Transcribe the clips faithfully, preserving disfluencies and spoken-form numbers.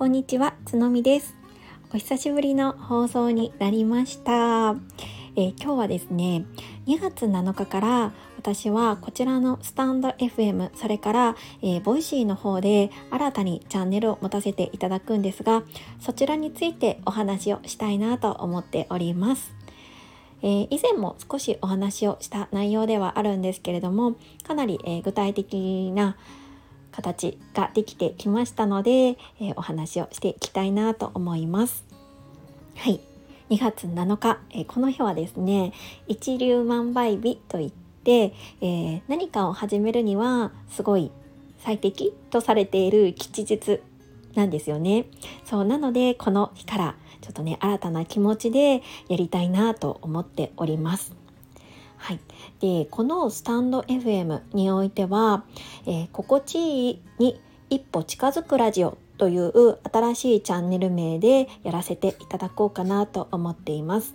こんにちは、つのみです。お久しぶりの放送になりました。えー、今日はですね、にがつなのかから私はこちらのスタンド エフエム、それから、えー、ボイシーの方で新たにチャンネルを持たせていただくんですが、そちらについてお話をしたいなと思っております。えー、以前も少しお話をした内容ではあるんですけれども、かなり、えー、具体的な形ができてきましたので、えー、お話をしていきたいなと思います。はい、にがつなのか、えー、この日はですね、一粒万倍日といって、えー、何かを始めるにはすごい最適とされている吉日なんですよね。そうなので、この日からちょっとね、新たな気持ちでやりたいなと思っております。はい、でこのスタンド エフエム においては、えー、心地いいに一歩近づくラジオという新しいチャンネル名でやらせていただこうかなと思っています。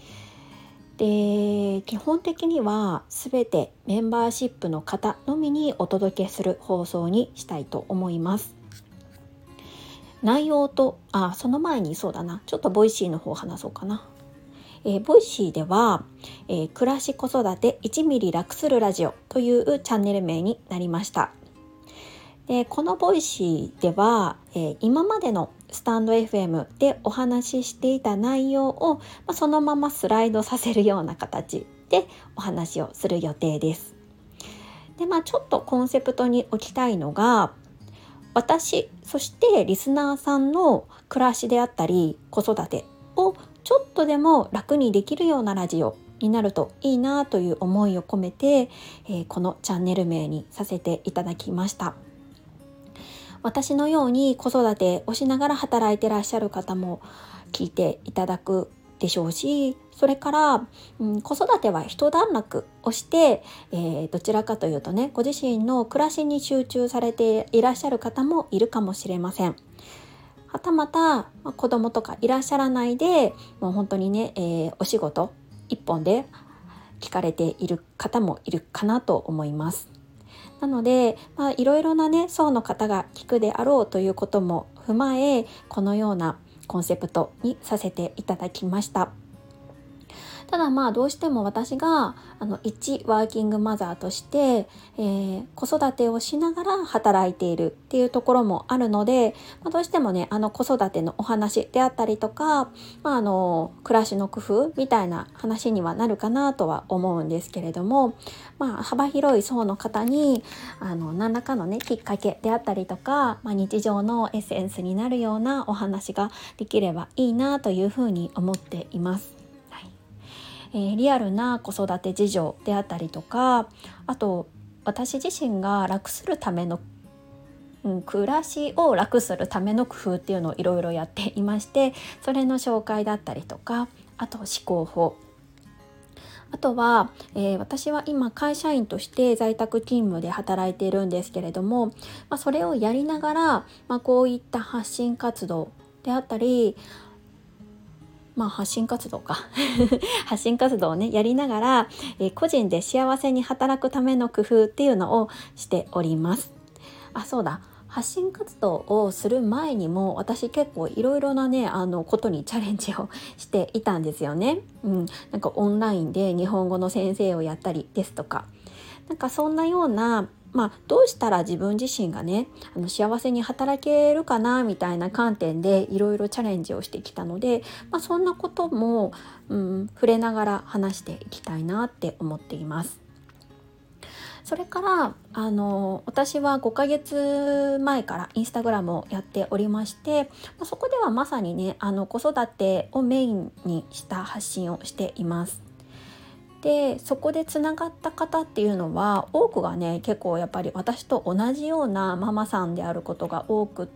で基本的には全てメンバーシップの方のみにお届けする放送にしたいと思います。内容とあその前にそうだなちょっとボイシーの方話そうかな。えー、ボイシーでは、えー、暮らし子育ていちミリ楽するラジオというチャンネル名になりました。でこのボイシーでは、えー、今までのスタンド エフエム でお話ししていた内容を、まあ、そのままスライドさせるような形でお話をする予定です。で、まあ、ちょっとコンセプトに置きたいのが、私そしてリスナーさんの暮らしであったり子育てをちょっとでも楽にできるようなラジオになるといいなという思いを込めて、えー、このチャンネル名にさせていただきました。私のように子育てをしながら働いてらっしゃる方も聞いていただくでしょうし、それから、うん、子育ては一段落をして、えー、どちらかというとね、ご自身の暮らしに集中されていらっしゃる方もいるかもしれません。はたまた、まあ、子供とかいらっしゃらないでもう本当にね、えー、お仕事一本で聞かれている方もいるかなと思います。なので、まあ、いろいろなね層の方が聞くであろうということも踏まえ、このようなコンセプトにさせていただきました。ただまあどうしても私があの一ワーキングマザーとして、えー、子育てをしながら働いているっていうところもあるので、まあ、どうしてもねあの子育てのお話であったりとか、まあ、あの暮らしの工夫みたいな話にはなるかなとは思うんですけれども、まあ、幅広い層の方にあの何らかのねきっかけであったりとか、まあ、日常のエッセンスになるようなお話ができればいいなというふうに思っています。えー、リアルな子育て事情であったりとか、あと私自身が楽するための、うん、暮らしを楽するための工夫っていうのをいろいろやっていまして、それの紹介だったりとか、あと思考法、あとは、えー、私は今会社員として在宅勤務で働いているんですけれども、まあ、それをやりながら、まあ、こういった発信活動であったり、まあ発信活動か発信活動をねやりながら、えー、個人で幸せに働くための工夫っていうのをしております。あ、そうだ、発信活動をする前にも私結構いろいろなねあのことにチャレンジをしていたんですよね。うん、なんかオンラインで日本語の先生をやったりですとか、なんかそんなような、まあ、どうしたら自分自身がねあの幸せに働けるかなみたいな観点でいろいろチャレンジをしてきたので、まあ、そんなことも、うん、触れながら話していきたいなって思っています。それからあの私はごかげつまえからインスタグラムをやっておりまして、まあ、そこではまさにねあの子育てをメインにした発信をしています。でそこでつながった方っていうのは多くがね結構やっぱり私と同じようなママさんであることが多くって、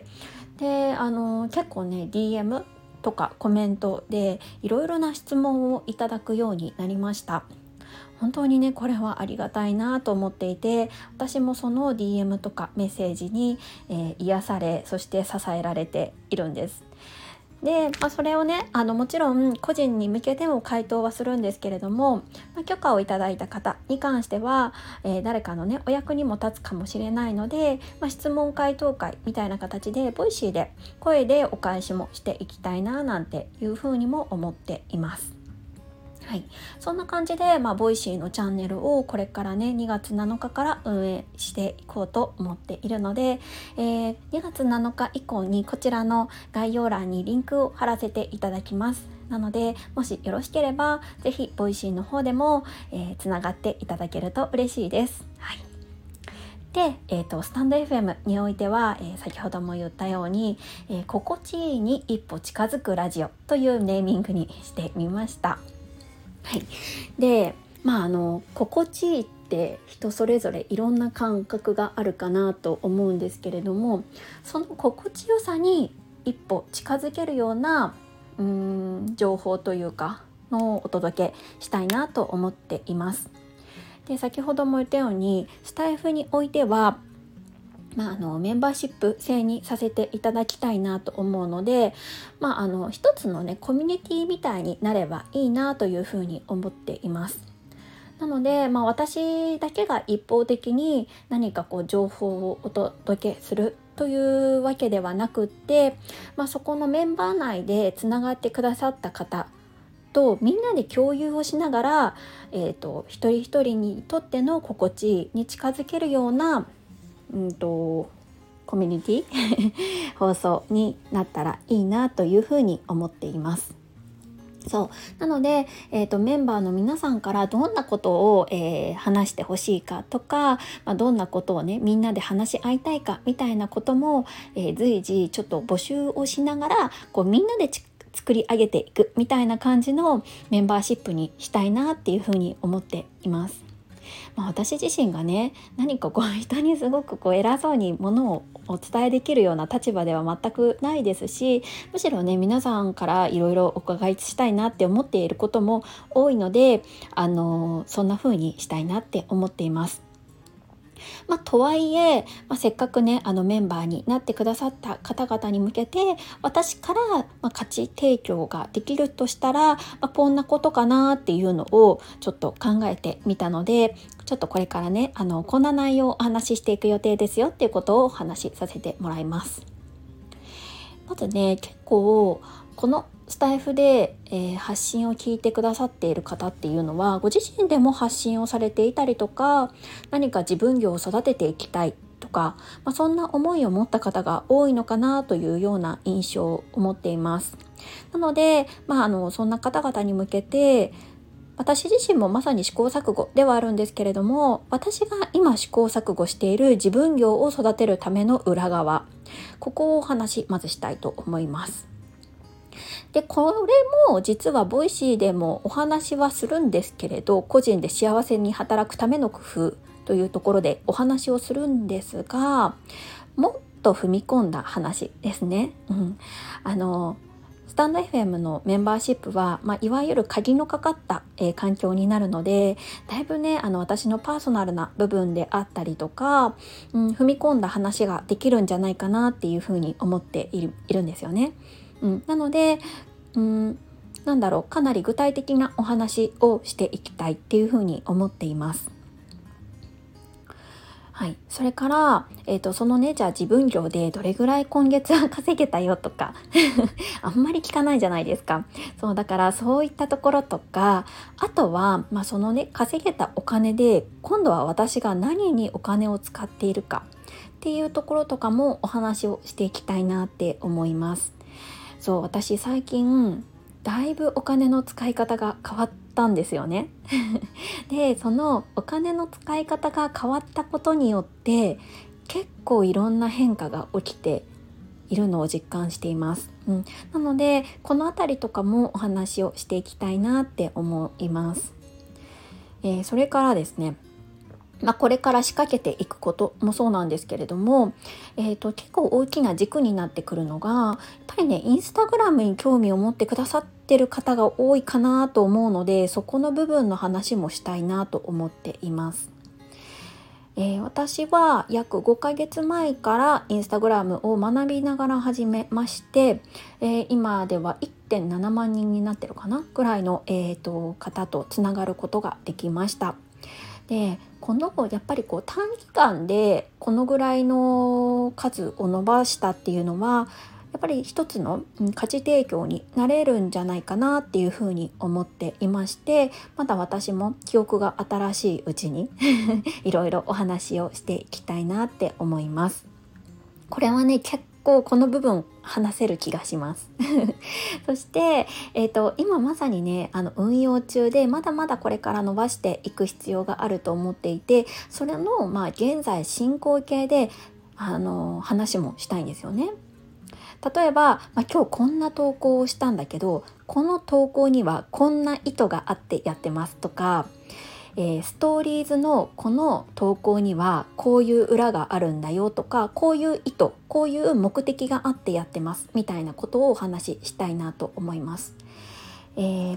であの結構ね ディーエム とかコメントでいろいろな質問をいただくようになりました。本当にねこれはありがたいなと思っていて、私もその ディーエム とかメッセージに、えー、癒され、そして支えられているんです。 で、まあ、それをねあのもちろん個人に向けても回答はするんですけれども、まあ、許可をいただいた方に関しては、えー、誰かのねお役にも立つかもしれないので、まあ、質問回答会みたいな形でボイシーで声でお返しもしていきたいななんていうふうにも思っています。はい、そんな感じで、まあ、ボイシーのチャンネルをこれからねにがつなのかから運営していこうと思っているので、えー、にがつなのか以降にこちらの概要欄にリンクを貼らせていただきます。なのでもしよろしければぜひボイシーの方でも、えー、つながっていただけると嬉しいです。はい、で、えーと、スタンド エフエム においては、えー、先ほども言ったように、えー、心地いいに一歩近づくラジオというネーミングにしてみました。はい、で、まああの心地いいって人それぞれいろんな感覚があるかなと思うんですけれども、その心地よさに一歩近づけるようなうーん情報というかのをお届けしたいなと思っています。で、先ほども言ったようにスタイフにおいてはまあ、あのメンバーシップ制にさせていただきたいなと思うので、まあ、あの一つのねコミュニティみたいになればいいなというふうに思っています。なので、まあ、私だけが一方的に何かこう情報をお届けするというわけではなくって、まあ、そこのメンバー内でつながってくださった方とみんなで共有をしながら、えーと、一人一人にとっての心地いいに近づけるようなうんとコミュニティ放送になったらいいなというふうに思っています。そうなので、えーと、メンバーの皆さんからどんなことを、えー、話してほしいかとか、まあ、どんなことをねみんなで話し合いたいかみたいなことも、えー、随時ちょっと募集をしながらこうみんなでち作り上げていくみたいな感じのメンバーシップにしたいなっていうふうに思っています。まあ、私自身がね何かこう人にすごくこう偉そうにものをお伝えできるような立場では全くないですし、むしろね皆さんからいろいろお伺いしたいなって思っていることも多いので、あのそんな風にしたいなって思っています。まあ、とはいえ、まあ、せっかくねあのメンバーになってくださった方々に向けて私から、まあ、価値提供ができるとしたら、まあ、こんなことかなっていうのをちょっと考えてみたので、ちょっとこれからねあのこんな内容をお話ししていく予定ですよっていうことをお話しさせてもらいます。まずね結構このスタイフで、えー、発信を聞いてくださっている方っていうのはご自身でも発信をされていたりとか、何か自分業を育てていきたいとか、まあ、そんな思いを持った方が多いのかなというような印象を持っています。なので、まあ、あのそんな方々に向けて私自身もまさに試行錯誤ではあるんですけれども、私が今試行錯誤している自分業を育てるための裏側、ここをお話まずしたいと思います。でこれも実はボイシーでもお話はするんですけれど、個人で幸せに働くための工夫というところでお話をするんですが、もっと踏み込んだ話ですね。うん、あのスタンド エフエム のメンバーシップは、まあ、いわゆる鍵のかかった、えー、環境になるので、だいぶねあの私のパーソナルな部分であったりとか、うん、踏み込んだ話ができるんじゃないかなっていうふうに思っている、いるんですよね。うん、なので、うん、なんだろうかなり具体的なお話をしていきたいっていうふうに思っています。はい、それから、えーと、そのねじゃあ自分業でどれぐらい今月は稼げたよとかあんまり聞かないじゃないですか。そうだからそういったところとか、あとは、まあ、そのね稼げたお金で今度は私が何にお金を使っているかっていうところとかもお話をしていきたいなって思います。そう私最近だいぶお金の使い方が変わったんですよねでそのお金の使い方が変わったことによって結構いろんな変化が起きているのを実感しています、うん、なのでこのあたりとかもお話をしていきたいなって思います、えー、それからですね、まあ、これから仕掛けていくこともそうなんですけれども、えーと、結構大きな軸になってくるのがやっぱりねインスタグラムに興味を持ってくださってる方が多いかなと思うので、そこの部分の話もしたいなと思っています。 えー私は約ごかげつまえからインスタグラムを学びながら始めまして、えー今ではいってんななまん人になってるかなぐらいの、えーと方とつながることができました。でこのやっぱりこう短期間でこのぐらいの数を伸ばしたっていうのはやっぱり一つのうん価値提供になれるんじゃないかなっていうふうに思っていまして、まだ私も記憶が新しいうちにいろいろお話をしていきたいなって思います。これはね結構この部分話せる気がしますそして、えーと、今まさにねあの運用中でまだまだこれから伸ばしていく必要があると思っていて、それのまあ現在進行形であの話もしたいんですよね。例えば、まあ、今日こんな投稿をしたんだけどこの投稿にはこんな意図があってやってますとか、えーストーリーズのこの投稿にはこういう裏があるんだよとか、こういう意図こういう目的があってやってますみたいなことをお話ししたいなと思います。えー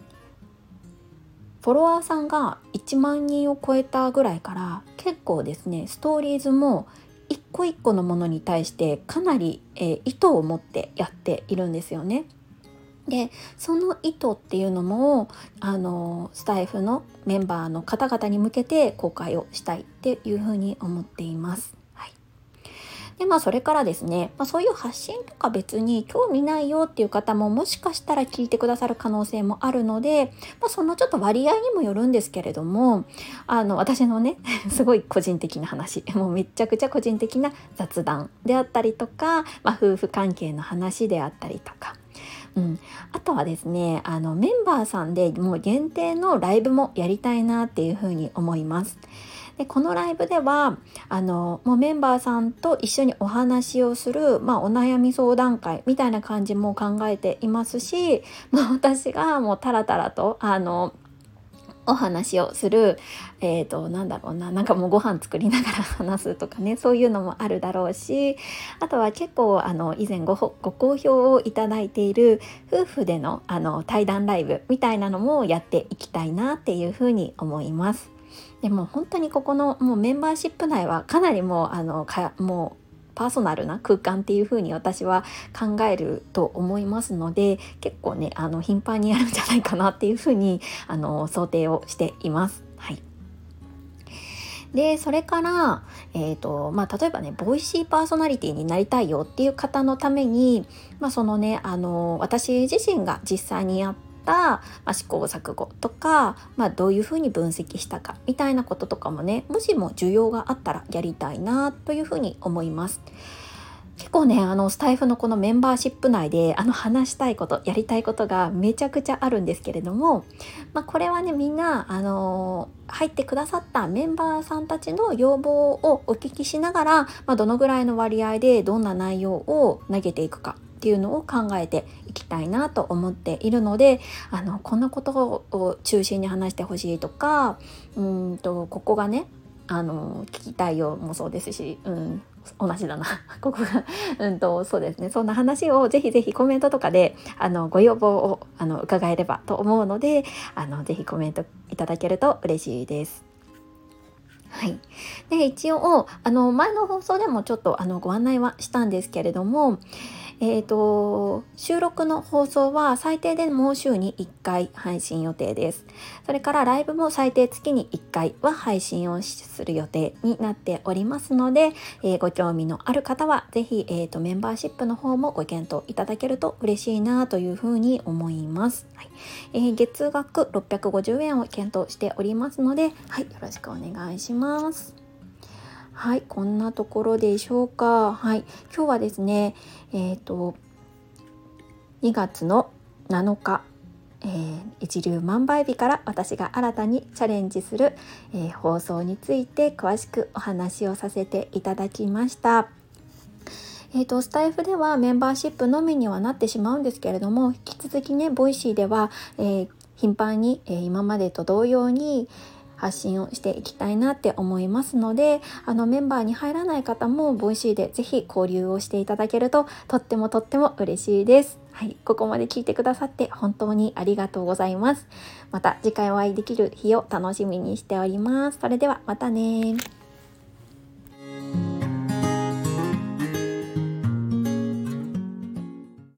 フォロワーさんがいちまん人を超えたぐらいから結構ですねストーリーズも一個一個のものに対してかなり、えー意図を持ってやっているんですよね。でその意図っていうのもあのスタイフのメンバーの方々に向けて公開をしたいっていうふうに思っています。はい、でまあそれからですね、まあ、そういう発信とか別に興味ないよっていう方ももしかしたら聞いてくださる可能性もあるので、まあ、そのちょっと割合にもよるんですけれども、あの私のねすごい個人的な話、もうめちゃくちゃ個人的な雑談であったりとか、まあ、夫婦関係の話であったりとか、うん、あとはですねあのメンバーさんでもう限定のライブもやりたいなっていうふうに思います。でこのライブではあのもうメンバーさんと一緒にお話をする、まあ、お悩み相談会みたいな感じも考えていますし、まあ、私がもうタラタラとあのお話をする、えーと、なんだろうな、なんかもうご飯作りながら話すとかね、そういうのもあるだろうし、あとは結構あの以前ご、ご好評をいただいている夫婦での、あの対談ライブみたいなのもやっていきたいなっていうふうに思います。でも本当にここのもうメンバーシップ内はかなりもうあのかもうパーソナルな空間っていう風に私は考えると思いますので、結構ねあの頻繁にやるんじゃないかなっていう風にあの想定をしています。はい。でそれから、えーとまあ、例えばねボイシーパーソナリティになりたいよっていう方のために、まあ、そのねあの私自身が実際にやった、まあ、試行錯誤とか、まあ、どういうふうに分析したかみたいなこととかもねもしも需要があったらやりたいなというふうに思います。結構ねあのスタイフのこのメンバーシップ内であの話したいことやりたいことがめちゃくちゃあるんですけれども、まあ、これはねみんなあの入ってくださったメンバーさんたちの要望をお聞きしながら、まあ、どのぐらいの割合でどんな内容を投げていくかっていうのを考えていきたいなと思っているので、あのこんなことを中心に話してほしいとか、うんとここがねあの聞きたいよもそうですし、うん、同じだなここがうんとそうですね、そんな話をぜひぜひコメントとかであのご要望をあの伺えればと思うので、あのぜひコメントいただけると嬉しいです。はい、で一応あの前の放送でもちょっとあのご案内はしたんですけれども、えーと、収録の放送は最低でも週にいっかい配信予定です。それからライブも最低月にいっかいは配信をする予定になっておりますので、えーご興味のある方はぜひ、えーと、メンバーシップの方もご検討いただけると嬉しいなというふうに思います。はい、えー、月額ろっぴゃくごじゅうえんを検討しておりますので、はい、よろしくお願いします。はい、こんなところでしょうか。はい、今日はですね、えっと、にがつのなのか、えー、一粒万倍日から私が新たにチャレンジする、えー放送について詳しくお話をさせていただきました。えーと、スタイフではメンバーシップのみにはなってしまうんですけれども、引き続きね、ボイシーでは、えー頻繁に、えー今までと同様に発信をしていきたいなって思いますので、あのメンバーに入らない方もボイシーでぜひ交流をしていただけるととってもとっても嬉しいです。はい、ここまで聞いてくださって本当にありがとうございます。また次回お会いできる日を楽しみにしております。それではまたね。